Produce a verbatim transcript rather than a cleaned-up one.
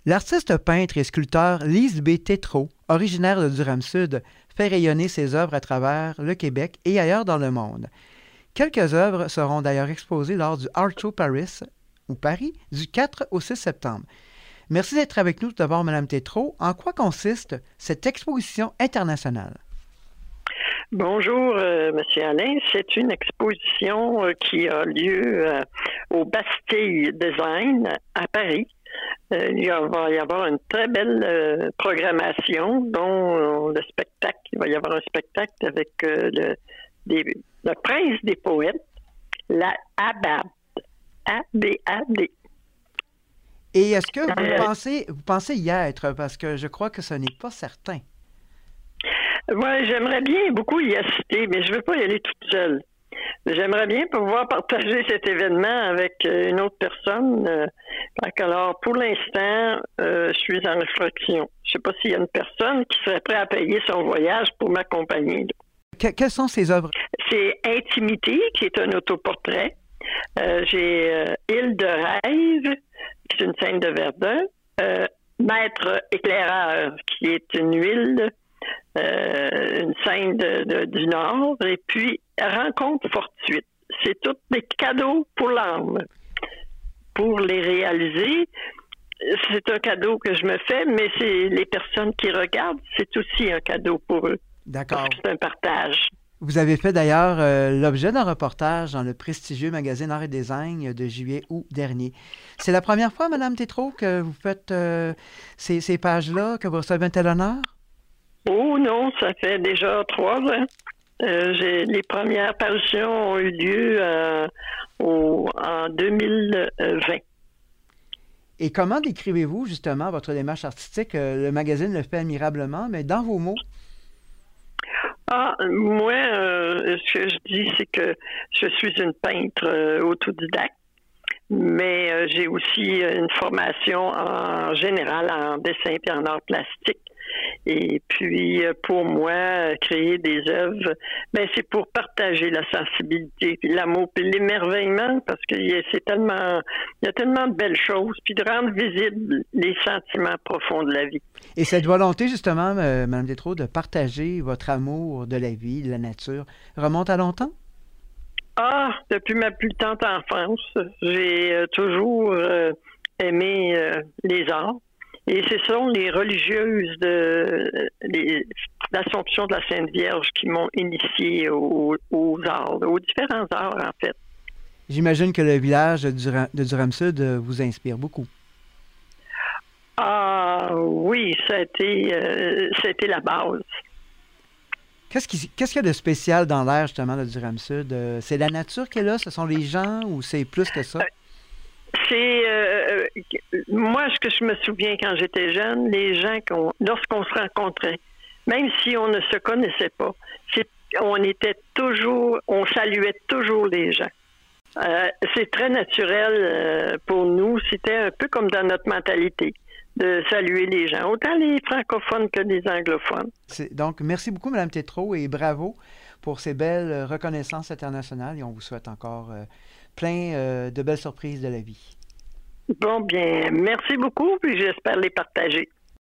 L'artiste peintre et sculpteur Lise B. Tétrault, originaire de Durham-Sud, fait rayonner ses œuvres à travers le Québec et ailleurs dans le monde. Quelques œuvres seront d'ailleurs exposées lors du Art Show Paris, ou Paris, du quatre au six septembre. Merci d'être avec nous tout d'abord, Mme Tétrault. En quoi consiste cette exposition internationale? Bonjour, euh, M. Alain. C'est une exposition euh, qui a lieu euh, au Bastille Design à Paris. Euh, il va y avoir une très belle euh, programmation, dont euh, le spectacle. Il va y avoir un spectacle avec euh, le, des, le prince des poètes, la Abad. A B A D. Et est-ce que vous euh, pensez, vous pensez y être? Parce que je crois que ce n'est pas certain. Oui, j'aimerais bien beaucoup y assister, mais je ne veux pas y aller toute seule. J'aimerais bien pouvoir partager cet événement avec une autre personne. Euh, alors, pour l'instant, euh, je suis en réflexion. Je ne sais pas s'il y a une personne qui serait prête à payer son voyage pour m'accompagner. Que, quelles sont ces œuvres? C'est Intimité, qui est un autoportrait. Euh, j'ai euh, Île de rêve, qui est une scène de Verdun. Euh, Maître éclaireur, qui est une huile, euh, une scène de, de, du Nord. Et puis, Rencontre fortuite. C'est tous des cadeaux pour l'âme. Pour les réaliser, c'est un cadeau que je me fais, mais c'est les personnes qui regardent, c'est aussi un cadeau pour eux. D'accord. Parce que c'est un partage. Vous avez fait d'ailleurs euh, l'objet d'un reportage dans le prestigieux magazine Art et Design de juillet-août dernier. C'est la première fois, Mme Tétrault, que vous faites euh, ces, ces pages-là, que vous recevez un tel honneur? Oh non, ça fait déjà trois ans. Euh, j'ai, les premières parutions ont eu lieu euh, au, en deux mille vingt. Et comment décrivez-vous justement votre démarche artistique? Le magazine le fait admirablement, mais dans vos mots? Ah, moi, euh, ce que je dis, c'est que je suis une peintre euh, autodidacte, mais euh, j'ai aussi une formation en général en dessin et en art plastique. Et puis, pour moi, créer des œuvres, ben, c'est pour partager la sensibilité, puis l'amour, puis l'émerveillement, parce que c'est tellement, il y a tellement de belles choses, puis de rendre visibles les sentiments profonds de la vie. Et cette volonté, justement, euh, Mme Tétrault, de partager votre amour de la vie, de la nature, remonte à longtemps? Ah, depuis ma plus tendre enfance, j'ai euh, toujours euh, aimé euh, les arts. Et ce sont les religieuses de les, l'Assomption de la Sainte Vierge qui m'ont initié aux, aux arts, aux différents arts, en fait. J'imagine que le village de Durham, de Durham-Sud vous inspire beaucoup. Ah oui, ça a été, euh, ça a été la base. Qu'est-ce, qui, qu'est-ce qu'il y a de spécial dans l'air, justement, de Durham-Sud? Euh, c'est la nature qui est là? Ce sont les gens ou c'est plus que ça? C'est euh, moi ce que je me souviens quand j'étais jeune, les gens qu'on, lorsqu'on se rencontrait, même si on ne se connaissait pas, c'est, on était toujours, on saluait toujours les gens. Euh, c'est très naturel euh, pour nous. C'était un peu comme dans notre mentalité de saluer les gens, autant les francophones que les anglophones. C'est, donc, merci beaucoup, Mme Tétrault, et bravo pour ces belles reconnaissances internationales. Et on vous souhaite encore euh, plein euh, de belles surprises de la vie. Bon, bien, merci beaucoup, puis j'espère les partager.